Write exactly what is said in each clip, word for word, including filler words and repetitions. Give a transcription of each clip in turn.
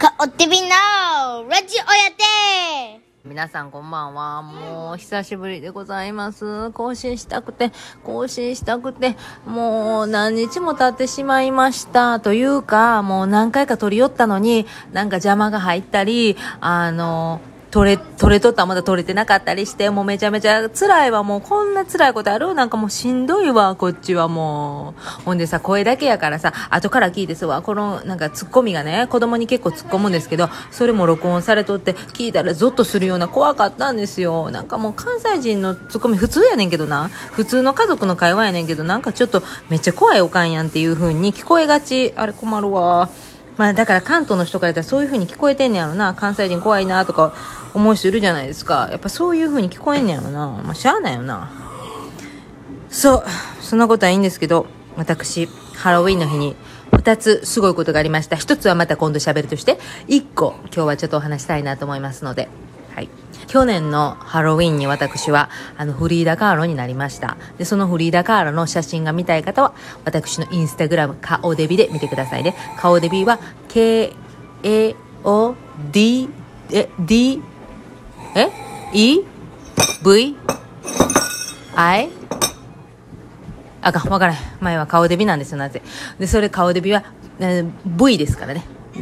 かおってみのラジオやて。 皆さんこんばんは。もう久しぶりでございます。更新したくて、更新したくて、もう何日も経ってしまいました。というか、もう何回か撮り寄ったのに、なんか邪魔が入ったり、あの、撮れ、撮れとったらまだ撮れてなかったりして、もうめちゃめちゃ辛いわ。もうこんな辛いことある？なんかもうしんどいわ、こっちはもう。ほんでさ、声だけやからさ、後から聞いてすわ。この、なんかツッコミがね、子供に結構突っ込むんですけど、それも録音されとって、聞いたらゾッとするような怖かったんですよ。なんかもう関西人のツッコミ普通やねんけどな。普通の家族の会話やねんけど、なんかちょっとめっちゃ怖いおかんやんっていう風に聞こえがち。あれ困るわ。まあだから関東の人から言ったらそういう風に聞こえてんねやろな。関西人怖いなとか思う人いるじゃないですか。やっぱそういう風に聞こえんねやろな。まあしゃあないよな。そう。そんなことはいいんですけど、私、ハロウィンの日に二つすごいことがありました。一つはまた今度喋るとして、一個今日はちょっとお話したいなと思いますので。はい。去年のハロウィンに私はあのフリーダ・カーロになりました。で、そのフリーダ・カーロの写真が見たい方は私のインスタグラム顔デビで見てくださいね。顔デビは ケーエーオーディー え D え E V I あかんわからへん。前は顔デビなんですよなぜ。でそれ顔デビは、えー、V ですからね。うん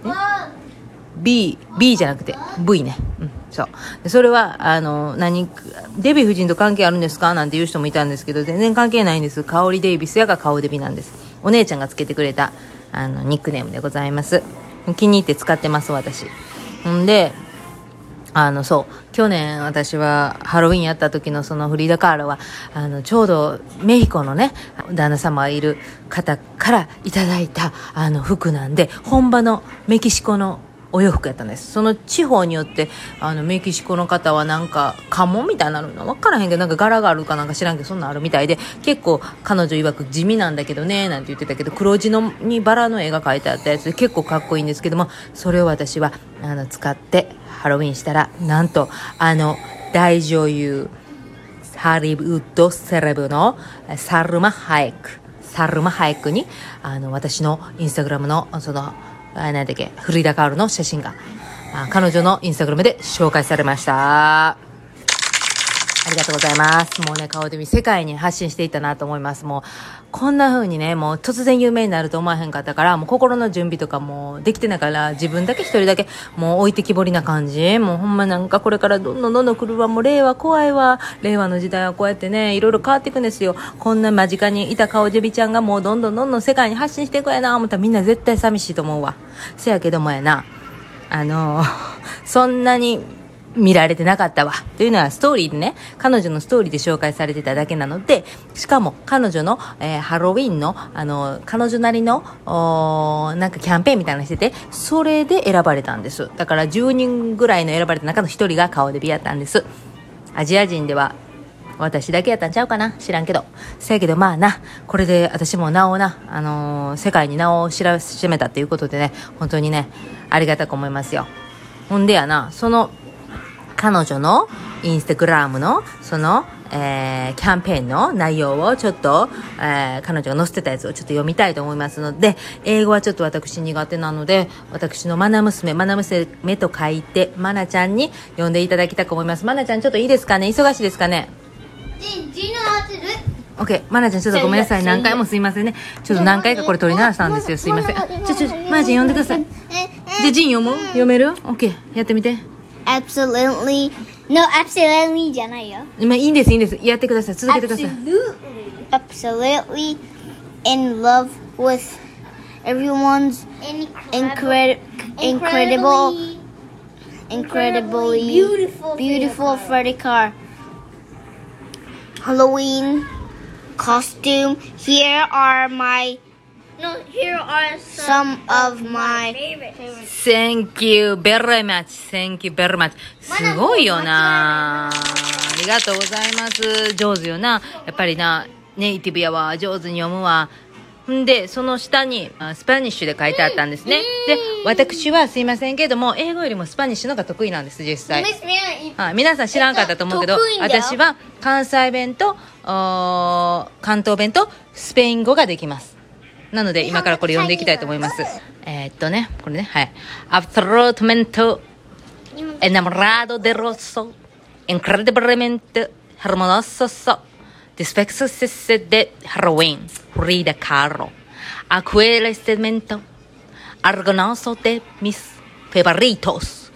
、B B じゃなくて V ね。うんそうでそれはあの何デヴィ夫人と関係あるんですかなんていう人もいたんですけど全然関係ないんです。カオリ・デイビスやが顔デビなんです。お姉ちゃんがつけてくれたあのニックネームでございます。気に入って使ってます私。んであのそう去年私はハロウィンやった時のそのフリーダ・カーロはあのちょうどメヒコのね旦那様がいる方からいただいたあの服なんで本場のメキシコのお洋服やったんです。その地方によってあのメキシコの方はなんか家紋みたいなの分からへんけどなんか柄があるかなんか知らんけどそんなんあるみたいで結構彼女曰く地味なんだけどねなんて言ってたけど黒地のにバラの絵が描いてあったやつで結構かっこいいんですけどもそれを私はあの使ってハロウィンしたらなんとあの大女優ハリウッドセレブのサルマ・ハエクサルマ・ハエクにあの私のインスタグラムのその何だっけフリーダ・カールの写真が彼女のインスタグラムで紹介されました。ありがとうございます。もうね顔で見世界に発信していったなと思います。もうこんな風にねもう突然有名になると思わへんかったからもう心の準備とかもできてないから自分だけ一人だけもう置いてきぼりな感じ。もうほんまなんかこれからどんどんどんどん来るわ。もう令和怖いわ。令和の時代はこうやってねいろいろ変わっていくんですよ。こんな間近にいた顔デビちゃんがもうどんどんどんどん世界に発信していくやな思ったらみんな絶対寂しいと思うわ。せやけどもやなあのー、そんなに見られてなかったわというのはストーリーでね彼女のストーリーで紹介されてただけなのでしかも彼女の、えー、ハロウィンの、あの彼女なりのなんかキャンペーンみたいなのしててそれで選ばれたんです。だからじゅうにんぐらいの選ばれた中のひとりが顔デビやったんです。アジア人では私だけやったんちゃうかな知らんけどせやけどまあなこれで私も名をな、あのー、世界に名を知らしめたということでね本当にねありがたく思いますよ。ほんでやなその彼女のインスタグラムのその、えー、キャンペーンの内容をちょっと、えー、彼女が載せてたやつをちょっと読みたいと思いますので英語はちょっと私苦手なので私のマナ娘マナ娘と書いてマナちゃんに読んでいただきたく思います。マナちゃんちょっといいですかね忙しいですかね。オッケーマナちゃんちょっとごめんなさい何回もすいませんねちょっと何回かこれ取り直したんですよすいません。ちょちょマナちゃん読んでください。じゃあジン読む読める ?OK やってみて。 Absolutely no absolutely じゃないよ。 まあいいんですいいんですやってください続けてください。 Absolutely in love with everyone's incredible incredible incredibly beautiful beautiful Freddy car Halloween costume. Here are my No, here are some of my favorites. Thank you very much. Thank you very much. すごいよな。ありがとうございます。上手よな。やっぱりな、ネイティブやわ。上手に読むわ。んで、その下にスパニッシュで書いてあったんですね。で、私はすいませんけども、英語よりもスパニッシュの方が得意なんです、実際。はい、皆さん知らんかったと思うけど、私は関西弁と、関東弁とスペイン語ができます。 なので今からこれ読んでいきたいと思います。えー、っとね、これね、はい。Absolutamente enamorado de rosso, incredibilmente hermoso, despexose de heroin, Frida Kahlo, aquel estamento, argonoso de mis favoritos,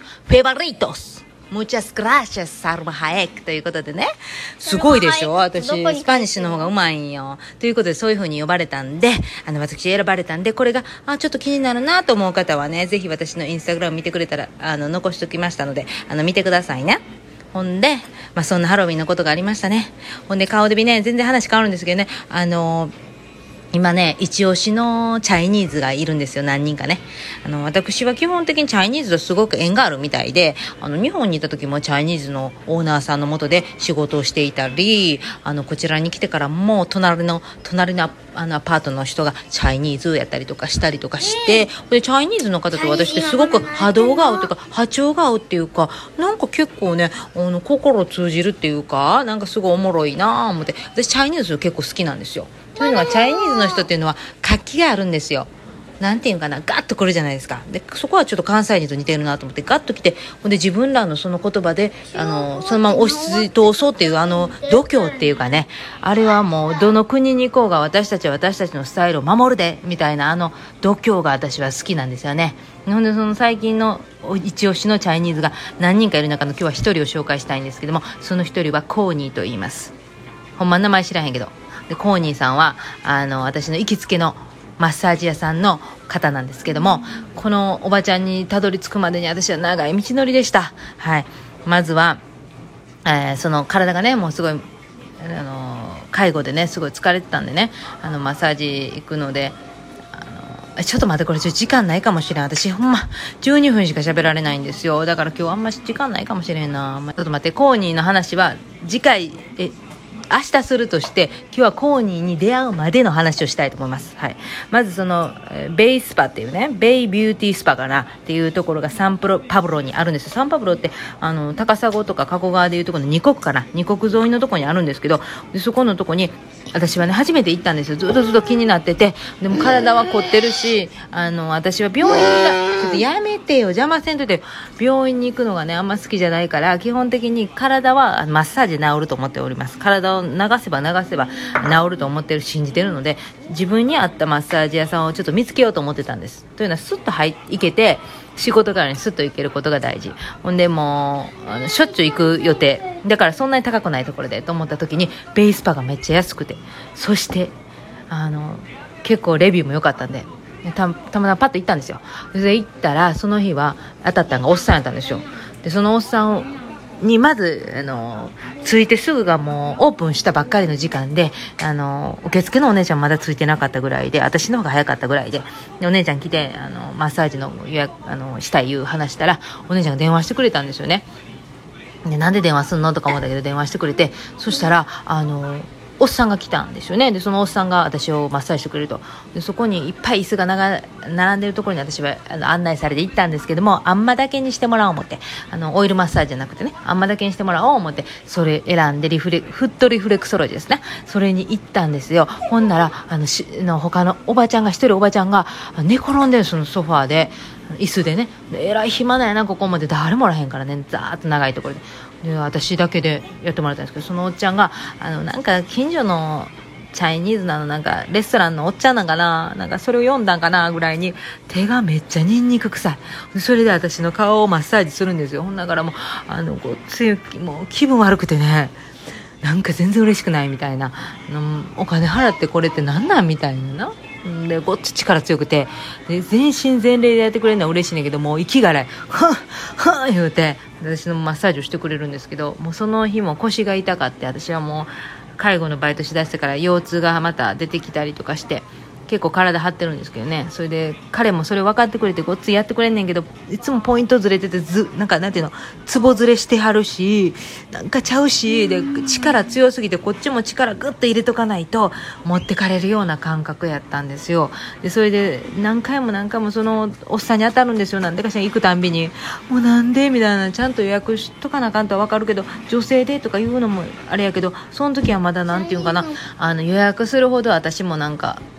favoritos.Muchas gracias, Salma Hayek ということでね。すごいでしょ？私、スパニッシュの方がうまいんよ。ということで、そういう風に呼ばれたんで、あの、私選ばれたんで、これが、あ、ちょっと気になるなと思う方はね、ぜひ私のインスタグラム見てくれたら、あの、残しときましたので、あの、見てくださいね。ほんで、まあ、そんなハロウィンのことがありましたね。ほんで、顔でびね、全然話変わるんですけどね、あの今ね、一押しのチャイニーズがいるんですよ、何人かね。あの、私は基本的にチャイニーズとすごく縁があるみたいで、あの、日本にいた時もチャイニーズのオーナーさんの下で仕事をしていたり、あの、こちらに来てからも、隣の、隣のあのアパートの人がチャイニーズやったりとかしたりとかして、で、チャイニーズの方と私ってすごく波動が合うというか、波長が合うっていうか、なんか結構ね、あの、心通じるっていうか、なんかすごいおもろいなぁ思って、私チャイニーズ結構好きなんですよ。というのはチャイニーズの人っていうのは活気があるんですよ。なんていうかな、ガッと来るじゃないですか。で、そこはちょっと関西人と似てるなと思ってガッと来て、ほんで自分らのその言葉であのそのまま押し通そうっていうあの度胸っていうかね、あれはもうどの国に行こうが私たちは私たちのスタイルを守るでみたいなあの度胸が私は好きなんですよね。ほんでその最近の一押しのチャイニーズが何人かいる中の今日は一人を紹介したいんですけども、その一人はコーニーと言います。ほんま名前知らへんけど。でコーニーさんはあの私の行きつけのマッサージ屋さんの方なんですけども、このおばちゃんにたどり着くまでに私は長い道のりでした。はい、まずは、えー、その体がねもうすごいあの介護でねすごい疲れてたんでね、あのマッサージ行くので、あのちょっと待って、これちょっと時間ないかもしれん。私ほんまじゅうにふんしか喋られないんですよ。だから今日あんま時間ないかもしれんな。ちょっと待って、コーニーの話は次回え明日するとして、今日はコーニーに出会うまでの話をしたいと思います。はい。まずそのベイスパっていうね、ベイビューティースパかなっていうところがサンプロパブロにあるんですよ。サンパブロってあの高砂とか加古川でいうところの二国かな、二国沿いのところにあるんですけど、でそこのところに私はね初めて行ったんですよ。ずっとずっと気になってて、でも体は凝ってるし、あの私は病院がちょっとやめてよ、邪魔せんといて、病院に行くのがねあんま好きじゃないから、基本的に体はマッサージで治ると思っております。体を流せば流せば治ると思ってる、信じてるので、自分に合ったマッサージ屋さんをちょっと見つけようと思ってたんです。というのはスッと入行けて、仕事からにスッと行けることが大事。ほんでもうあのしょっちゅう行く予定だから、そんなに高くないところでと思った時にベイスパがめっちゃ安くて、そしてあの結構レビューも良かったんで、た, たまたまパッと行ったんですよ。で行ったらその日は当たったのがおっさんやったんですよ。でそのおっさんにまずあの着いてすぐがもうオープンしたばっかりの時間で、あの受付のお姉ちゃんまだ着いてなかったぐらいで、私の方が早かったぐらい で, でお姉ちゃん来てあのマッサージの予約あのしたいいう話したら、お姉ちゃんが電話してくれたんですよね。でなんで電話すんのとか思ったけど電話してくれて、そしたらあのおっさんが来たんですよね。でそのおっさんが私をマッサージしてくれると、でそこにいっぱい椅子がな並んでるところに私はあの案内されて行ったんですけども、あんまだけにしてもらおう思って、あのオイルマッサージじゃなくてね、あんまだけにしてもらおう思って、それ選んでリフレフットリフレクソロジーですね、それに行ったんですよ。ほんならあのしの他のおばちゃんが一人おばちゃんが寝転んでる、そのソファーで椅子でね、でえらい暇なんやな、ここまで誰もおらへんからね、ざーっと長いところでで私だけでやってもらったんですけど、そのおっちゃんがあのなんか近所のチャイニーズなのなんかレストランのおっちゃんなんかな、なんかそれを読んだんかなぐらいに手がめっちゃニンニク臭い。それで私の顔をマッサージするんですよ。ほんだからもうあのこうついもう気分悪くてね、なんか全然嬉しくないみたいな、うん、お金払ってこれってなんなんみたいな。でこっち力強くて、で全身全霊でやってくれるのは嬉しいねんけど、もう息が荒いはっはっ言うて私のマッサージをしてくれるんですけど、もうその日も腰が痛かって、私はもう介護のバイトしだしてから腰痛がまた出てきたりとかして結構体張ってるんですけどね。それで彼もそれ分かってくれてごっついやってくれんねんけど、いつもポイントずれててずなんかなんていうのツボずれしてはるし、なんかちゃうしで力強すぎてこっちも力グッと入れとかないと持ってかれるような感覚やったんですよ。でそれで何回も何回もそのおっさんに当たるんですよ。なんでかしら行くたんびにもうなんでみたいな、ちゃんと予約しとかなあかんとは分かるけど女性でとか言うのもあれやけど、その時はまだなんていうかな、あの予約するほど私もなんかあの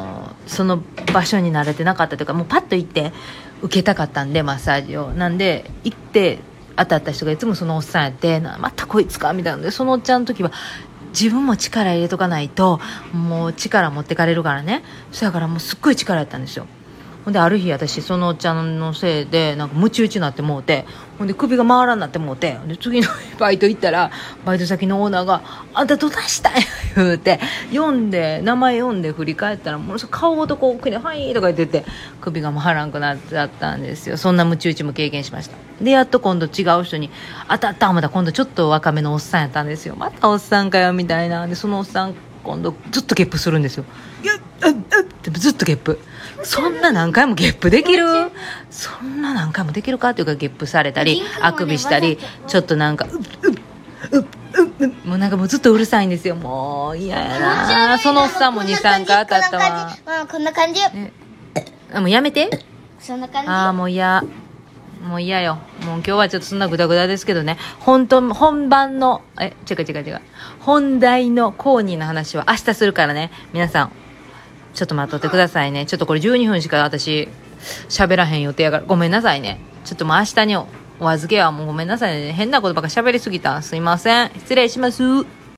のー、その場所に慣れてなかったというか、もうパッと行って受けたかったんで、マッサージを。なんで行って当たった人がいつもそのおっさんやって、なまたこいつかみたいなので、そのおっちゃんの時は自分も力入れとかないともう力持ってかれるからね。そやからもうすっごい力やったんですよ。ほんである日私そのおっちゃんのせいでなんかムチ打ちになってもうて、ほんで首が回らんなってもうて、で次のバイト行ったらバイト先のオーナーがあんたどないしたんや言うて、読んで名前読んで振り返ったらものすごい顔ごとこう首ではいとか言ってて、首が回らんくなっちゃったんですよ。そんなムチ打ちも経験しました。でやっと今度違う人に当たった思ったら今度ちょっと若めのおっさんやったんですよ。またおっさんかよみたいな。でそのおっさん今度ずっとゲップするんですよ。うっうっうっってずっとゲップ。そんな何回もゲップできる？そんな何回もできるかっていうか、ゲップされたりあくびしたり、ちょっとなんかうっうっうっうっもうなんかもうずっとうるさいんですよ。もう嫌やな。そのおっさんもにさんかい当たったわ。 うん、こんな感じ。 ね、あもうやめて。 そんな感じ。 ああもう嫌。もう嫌よ。もう今日はちょっとそんなグダグダですけどね。本当、本番の、え、違う違う違う。本題のコーニーの話は明日するからね。皆さん、ちょっと待っとってくださいね。ちょっとこれじゅうにふんしか私、喋らへん予定やから、ごめんなさいね。ちょっともう明日にお預けはもうごめんなさいね。変なことばっか喋りすぎた。すいません。失礼します。